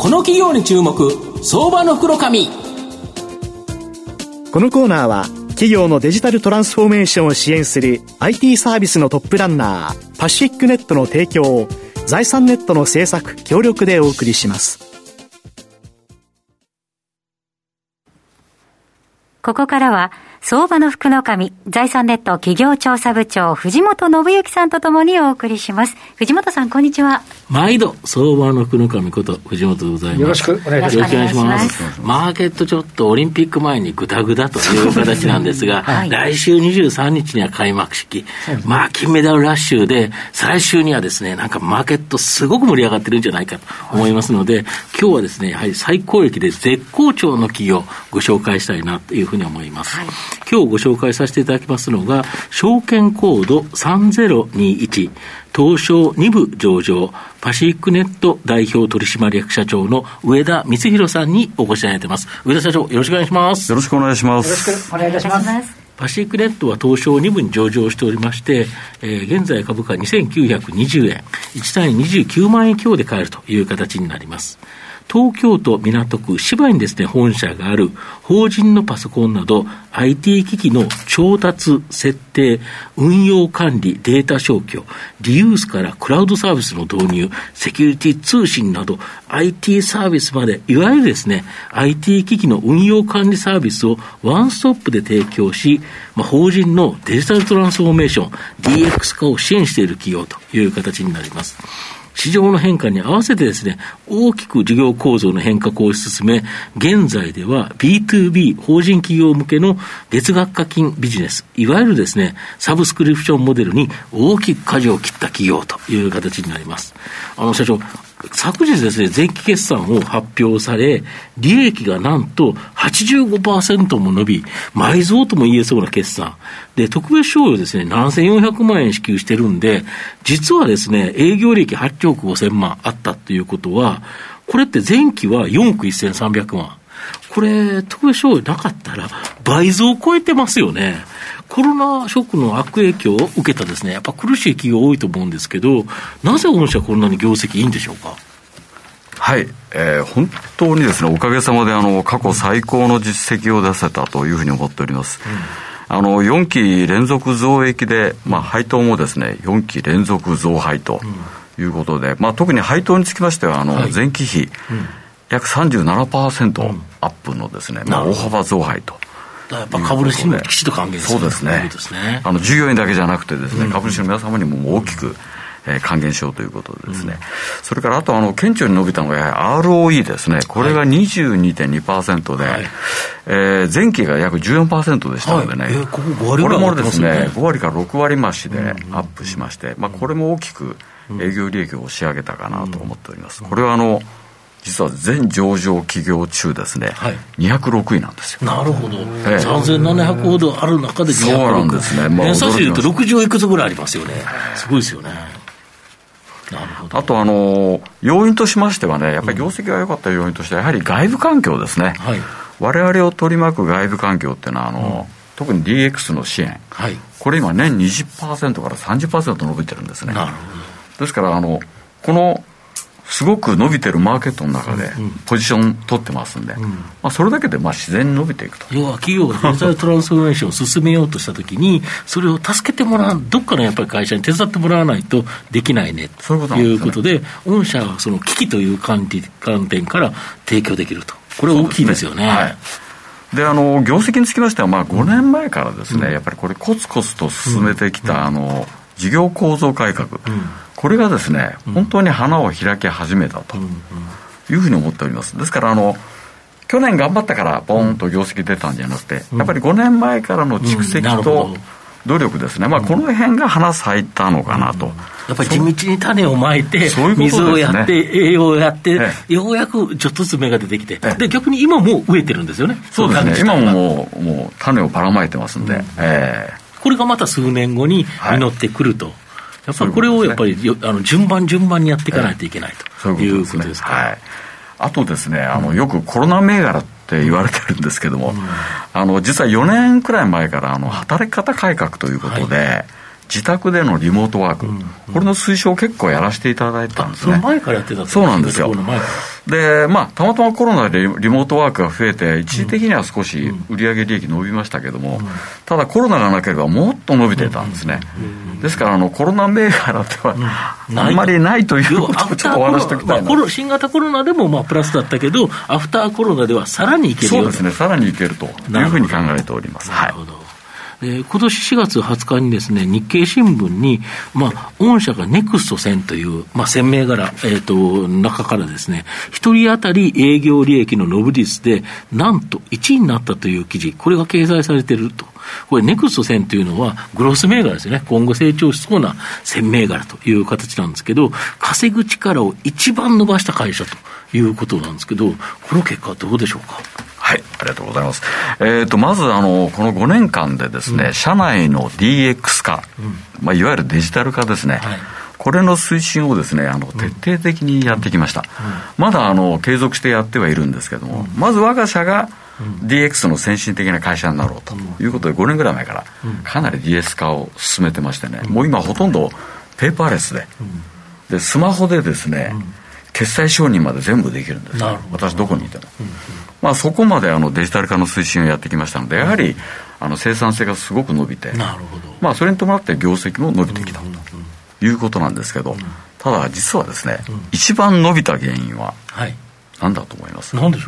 この企業に注目、相場の袋紙。 このコーナーは企業のデジタルトランスフォーメーションを支援する IT サービスのトップランナーパシフィックネットの提供を財産ネットの制作協力でお送りします。 ここからは相場の福の神、財産ネット企業調査部長藤本信之さんとともにお送りします。藤本さん、こんにちは。 毎度相場の福の神こと藤本でございます。 よろしくお願いします。マーケットちょっとオリンピック前にグダグダという形なんですが、はい、来週23日には開幕式、金メダルラッシュで再来週にはですね、なんかマーケットすごく盛り上がってるんじゃないかと思いますので、今日はですね、やはり最高益で絶好調の企業をご紹介したいなというふうに思います。はい、今日ご紹介させていただきますのが、証券コード3021、東証2部上場、パシフィックネット代表取締役社長の上田光弘さんにお越しいただいています。上田社長、よろしくお願いします。 よろしくお願いします。 よろしくお願いいたします。 パシフィックネットは東証2部に上場しておりまして、現在株価2920円、1単位29万円強で買えるという形になります。東京都港区芝にですね、本社がある法人のパソコンなど IT 機器の調達、設定、運用管理、データ消去、リユースからクラウドサービスの導入、セキュリティ通信など IT サービスまで、いわゆるですね、IT 機器の運用管理サービスをワンストップで提供し、法人のデジタルトランスフォーメーション DX 化を支援している企業という形になります。市場の変化に合わせてですね、大きく事業構造の変革を進め、現在では B2B 法人企業向けの月額課金ビジネス、いわゆるですね、サブスクリプションモデルに大きく舵を切った企業という形になります。社長、昨日ですね、前期決算を発表され、利益がなんと 85% も伸び、倍増とも言えそうな決算で、特別賞与ですね、7400万円支給してるんで、実はですね、営業利益8億5000万あったということは、これって前期は4億1300万。これ、特別賞与なかったら倍増を超えてますよね。コロナショックの悪影響を受けたですね、やっぱ苦しい企業多いと思うんですけど、なぜ御社こんなに業績いいんでしょうか。 はい、本当にですね、おかげさまで過去最高の実績を出せたというふうに思っております。4期連続増益で、配当もですね、4期連続増配ということで、特に配当につきましては前期比、約 37% アップのですね、大幅増配と。 やっぱ株主にもきちっと還元する。 そうですね。従業員だけじゃなくてですね、株主の皆様にも大きく還元しようということでですね、それからあと顕著に伸びたのが ROE ですね。これが 22.2% で、前期が約 14% でしたのでね、 これもですね、5割から6割増しでアップしまして、これも大きく営業利益を押し上げたかなと思っております。これは実は全上場企業中ですね、206位なんですよ。 なるほど。3700ほどある中で206。 そうなんですね。 偏差値でいうと60いくつぐらいありますよね。すごいですよね。なるほど。 あと要因としましてはね、やっぱり業績が良かった要因としてはやはり外部環境ですね。我々を取り巻く外部環境っていうのは特に DX の支援、これ今年 20% から 30% 伸びてるんですね。なるほど。ですからこのすごく伸びてるマーケットの中でポジション取ってますんで、それだけで自然に伸びていくと。 要は企業がデジタルトランスフォーメーションを進めようとしたときに、それを助けてもらう、どっかのやっぱり会社に手伝ってもらわないとできないねということで、御社はその危機という観点から提供できると。これは大きいですよね。 で業績につきましては5年前からですね、やっぱりこれコツコツと進めてきた事業構造改革、これがですね、本当に花を開き始めたというふうに思っております。ですから去年頑張ったからボーンと業績出たんじゃなくて、やっぱり5年前からの蓄積と努力ですね、この辺が花咲いたのかなと。 やっぱり地道に種をまいて、水をやって栄養をやって、ようやくちょっとずつ芽が出てきて、で逆に今も植えてるんですよね。 そうですね。今もう種をばらまいてますんで、 これがまた数年後に実ってくると。やっぱりこれをやっぱり順番にやっていかないといけないということですか。 あとですね、よくコロナ銘柄って言われてるんですけども、実は4年くらい前から働き方改革ということで、 自宅でのリモートワーク、これの推奨を結構やらせていただいたんですね。 その前からやってた。 そうなんですよ。で、たまたまコロナでリモートワークが増えて一時的には少し売上利益伸びましたけども、ただコロナがなければもっと伸びてたんですね。ですからコロナ銘柄ではあんまりないということをちょっとお話しておきたいな。 新型コロナでもプラスだったけど、アフターコロナではさらにいけるよ。 そうですね、さらにいけるというふうに考えております。 なるほど。今年4月20日にですね、日経新聞に、御社がネクスト1000という、1000銘柄、中からですね、一人当たり営業利益の伸び率で、なんと1位になったという記事、これが掲載されていると。これネクスト1000というのはグロース銘柄ですよね。今後成長しそうな1000銘柄という形なんですけど、稼ぐ力を一番伸ばした会社ということなんですけど、この結果はどうでしょうか。 はい、ありがとうございます。まずこの5年間でですね、社内の DX 化、いわゆるデジタル化ですね、これの推進をですね、徹底的にやってきました。まだ継続してやってはいるんですけども、まず我が社がDX の先進的な会社になろうということで、5年ぐらい前からかなり DS 化を進めてましてね、もう今ほとんどペーパーレスで、スマホでですね、決済承認まで全部できるんですよ。私どこにいても。そこまでデジタル化の推進をやってきましたので、やはり生産性がすごく伸びて、それに伴って業績も伸びてきたということなんですけど、ただ実はですね、一番伸びた原因は何だと思います？ 何でしょ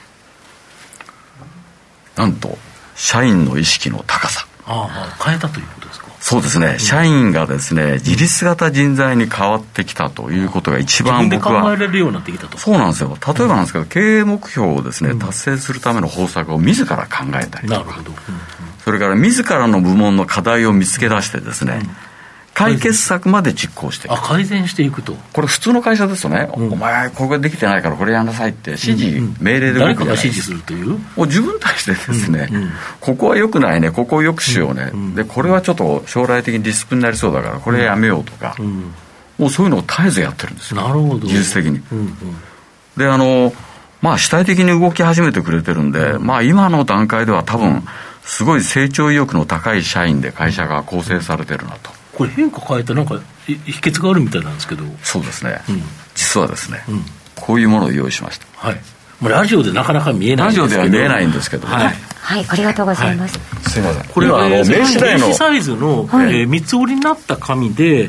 う？なんと社員の意識の高さ。 変えたということですか？ そうですね、社員がですね、自立型人材に変わってきたということが一番僕は自分で考えられるようになってきたと。 そうなんですよ。例えばなんですけど、経営目標をですね、達成するための方策を自ら考えたりとか、それから自らの部門の課題を見つけ出してですね、解決策まで実行していく。 改善していくと。 これ普通の会社ですとね、お前ここできてないからこれやんなさいって指示、命令で動くじゃないですか。 誰かが指示するという。 もう自分たちでですね、ここは良くないね、ここを良くしようね、でこれはちょっと将来的にリスクになりそうだからこれやめようとか、もうそういうのを絶えずやってるんですよ。 なるほど。 技術的に。で主体的に動き始めてくれてるんで、今の段階では多分すごい成長意欲の高い社員で会社が構成されてるなと。 これ変化変えたなんか秘訣があるみたいなんですけど。 そうですね、実はですね、こういうものを用意しました。 ラジオでなかなか見えないんですけど。 ラジオでは見えないんですけどね。 はい、ありがとうございます。 すいません。 これは名刺台の電子サイズの三つ折りになった紙で、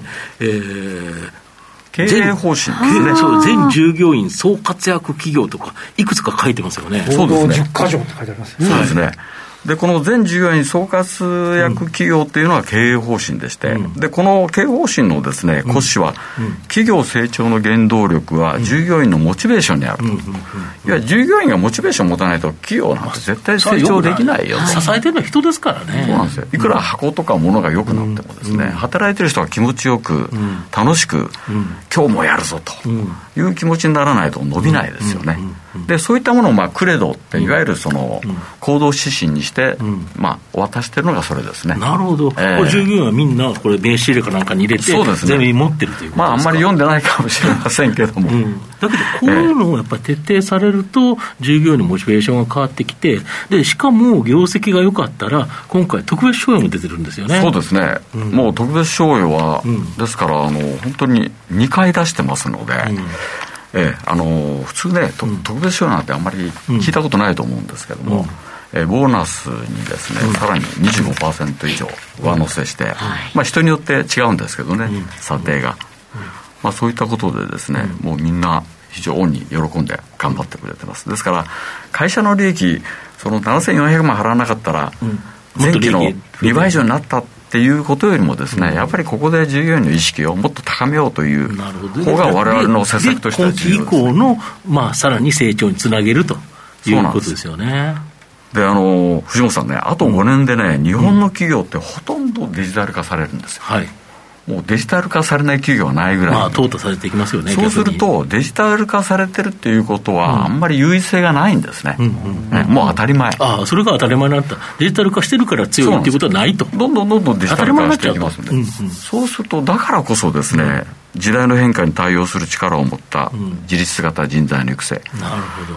経営方針ですね。 全従業員総活躍企業とかいくつか書いてますよね。 そうですね。 10箇条って書いてありますね。 そうですね。でこの全従業員総活躍企業っていうのは経営方針でして、でこの経営方針のですね骨子は、企業成長の原動力は従業員のモチベーションにあると。いや従業員がモチベーションを持たないと企業なんて絶対成長できないよと。 支えてるのは人ですからね。 そうなんですよ。いくら箱とか物が良くなってもですね、働いてる人が気持ちよく、楽しく、今日もやるぞという気持ちにならないと伸びないですよね。でそういったものをクレドっていわゆるその行動指針にして渡してるのがそれですね。 なるほど。これ従業員はみんなこれ名刺入れかなんかに入れて全員持ってるということですか。 あんまり読んでないかもしれませんけども、 だけどこういうのをやっぱり徹底されると従業員のモチベーションが変わってきて、でしかも業績が良かったら今回特別賞与も出てるんですよね。 そうですね、もう特別賞与は、ですから本当に2回出してますので、普通ね、特別賞与なんてあんまり聞いたことないと思うんですけども、ボーナスにですね、さらに 25% 以上上乗せして、人によって違うんですけどね、査定が、そういったことでですね、もうみんな非常に喜んで頑張ってくれてます。ですから会社の利益その7400万払わなかったら、前期の2倍以上になったっていうことよりもですね、やっぱりここで従業員の意識をもっと高めようという方が我々の施策としては重要です、ね。 今期以降の、さらに成長につなげるということですよね。 で藤本さんね、あと5年でね、日本の企業ってほとんどデジタル化されるんですよ。もうデジタル化されない企業はないぐらい、 淘汰されていきますよね。 そうするとデジタル化されてるっていうことは、あんまり優位性がないんですね。もう当たり前。 それが当たり前になった。デジタル化してるから強いっていうことはないと。 どんどんデジタル化していきますので、そうするとだからこそですね、時代の変化に対応する力を持った自立型人材の育成、 なるほど。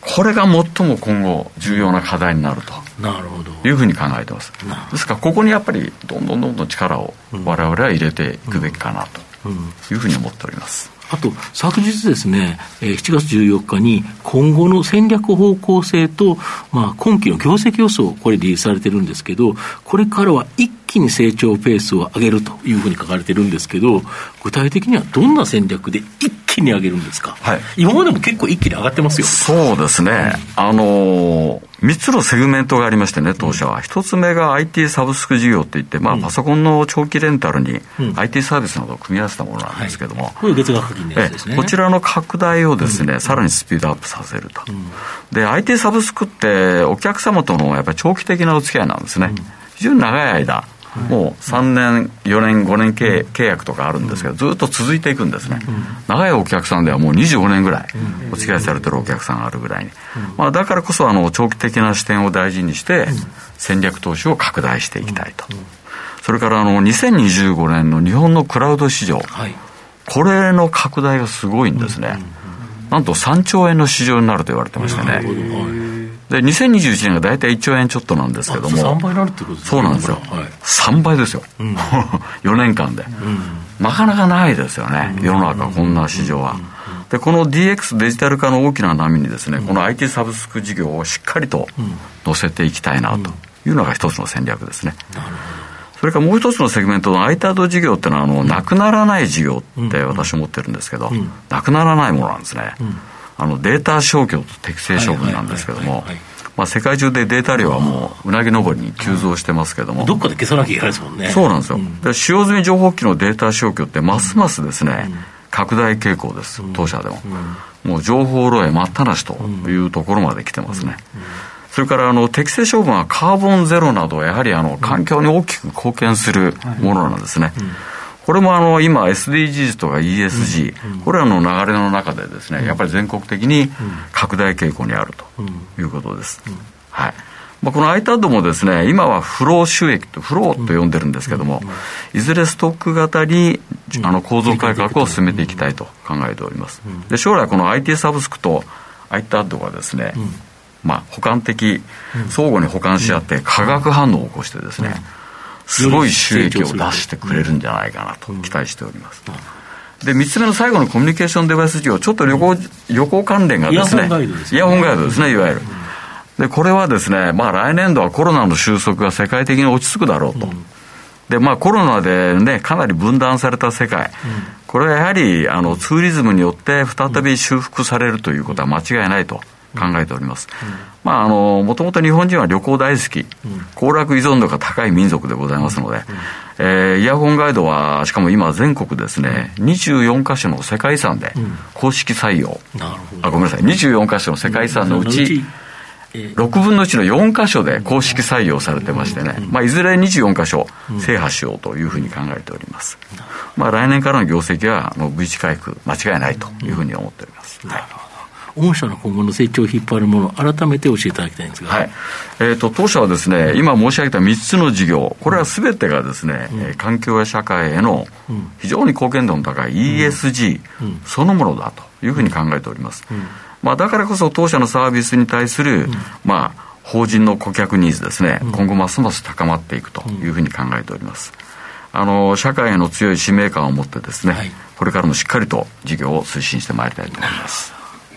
これが最も今後重要な課題になるというふうに考えています。ですからここにやっぱりどんどん力を我々は入れていくべきかなというふうに思っております。 あと昨日ですね、7月14日に今後の戦略方向性と、今期の業績予想、これリリースされてるんですけど、これからは一気に成長ペースを上げるというふうに書かれてるんですけど、具体的にはどんな戦略で一気に上げるんですか？はい、今までも結構一気に上がってますよ。 そうですね、3つのセグメントがありましてね、当社は。1つ目が IT サブスク事業っていって、パソコンの長期レンタルに IT サービスなどを組み合わせたものなんですけども、 これ月額課金のやつですね。 こちらの拡大をですね、さらにスピードアップさせると。で、IT サブスクってお客様とのやっぱり長期的なお付き合いなんですね。非常に長い間、もう3年、4年、5年契約とかあるんですけど、ずっと続いていくんですね。長いお客さんではもう25年ぐらいお付き合いされてるお客さんがあるぐらいに。だからこそ長期的な視点を大事にして戦略投資を拡大していきたいと。それから2025年の日本のクラウド市場、これの拡大がすごいんですね。なんと3兆円の市場になると言われてましてね。で2021年が大体1兆円ちょっとなんですけども、 3倍になるってことですね。 そうなんですよ、3倍ですよ、4年間で、なかなかないですよね、世の中こんな市場は。でこの DX デジタル化の大きな波にですね、この IT サブスク事業をしっかりと乗せていきたいなというのが一つの戦略ですね。それからもう一つのセグメントの iTAD 事業っていうのはなくならない事業って私思ってるんですけど、なくならないものなんですね。データ消去と適正処分なんですけども、世界中でデータ量はもううなぎ登りに急増してますけども、 どっかで消さなきゃいけないですもんね。 そうなんですよ、で使用済み情報機のデータ消去ってますますですね、拡大傾向です、当社でも。もう情報漏洩待ったなしというところまで来てますね。それから適正処分はカーボンゼロなどやはり環境に大きく貢献するものなんですね。これも今 SDGs とか ESG、これらの流れの中でですね、やっぱり全国的に拡大傾向にあるということです。はい。この iTAD もですね、今はフロー収益とフローと呼んでるんですけども、いずれストック型に構造改革を進めていきたいと考えております。で将来この IT サブスクと iTAD がですね、補完的、相互に補完し合って化学反応を起こしてですね、すごい収益を出してくれるんじゃないかなと期待しております。で3つ目の最後のコミュニケーションデバイス事業、ちょっと旅行関連がですね、イヤホンガイドですね、いわゆる。でこれはですね、来年度はコロナの収束が世界的に落ち着くだろうと。でコロナでね、かなり分断された世界、これはやはりツーリズムによって再び修復されるということは間違いないと考えております。もともと日本人は旅行大好き、行楽依存度が高い民族でございますので、イヤホンガイドはしかも今全国ですね、24カ所の世界遺産で公式採用、ごめんなさい、24カ所の世界遺産のうち6分の1の4カ所で公式採用されてましてね、いずれ24カ所制覇しようというふうに考えております。来年からの業績はV字回復間違いないというふうに思っております。 御社の今後の成長を引っ張るもの、改めて教えていただきたいんですが、 当社はですね、今申し上げた3つの事業、これは全てがですね、環境や社会への非常に貢献度の高い ESG そのものだというふうに考えております。だからこそ当社のサービスに対する、法人の顧客ニーズですね、今後ますます高まっていくというふうに考えております。社会への強い使命感を持ってですね、これからもしっかりと事業を推進してまいりたいと思います。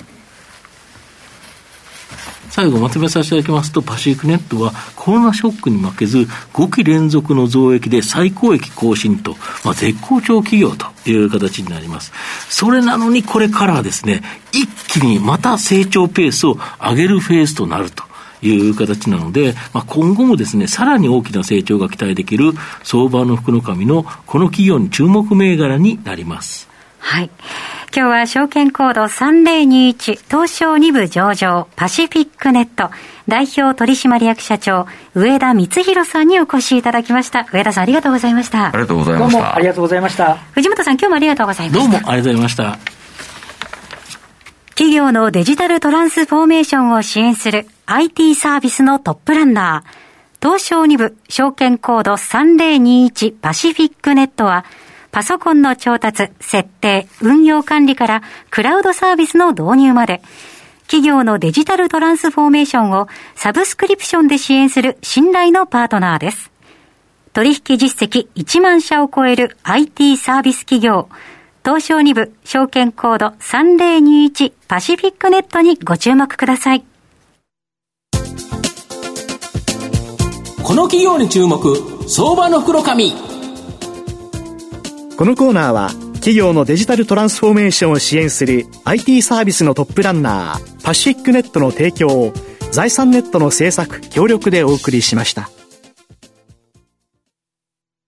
最後まとめさせていただきますと、パシフィックネットはコロナショックに負けず5期連続の増益で最高益更新と、絶好調企業という形になります。それなのにこれからはですね、一気にまた成長ペースを上げるフェーズとなるという形なので、今後もですね、さらに大きな成長が期待できる相場の福の神のこの企業に注目銘柄になります。 はい。今日は証券コード3021東証2部上場パシフィックネット代表取締役社長上田光弘さんにお越しいただきました。上田さんありがとうございました。 ありがとうございました。 どうもありがとうございました。 藤本さん今日もありがとうございました。 どうもありがとうございました。 企業のデジタルトランスフォーメーションを支援する IT サービスのトップランナー東証2部証券コード3021パシフィックネットはパソコンの調達、設定、運用管理からクラウドサービスの導入まで企業のデジタルトランスフォーメーションをサブスクリプションで支援する信頼のパートナーです。取引実績1万社を超える IT サービス企業、東証2部証券コード3021パシフィックネットにご注目ください。 この企業に注目、相場の袋紙。 このコーナーは企業のデジタルトランスフォーメーションを支援する IT サービスのトップランナーパシフィックネットの提供を財産ネットの制作協力でお送りしました。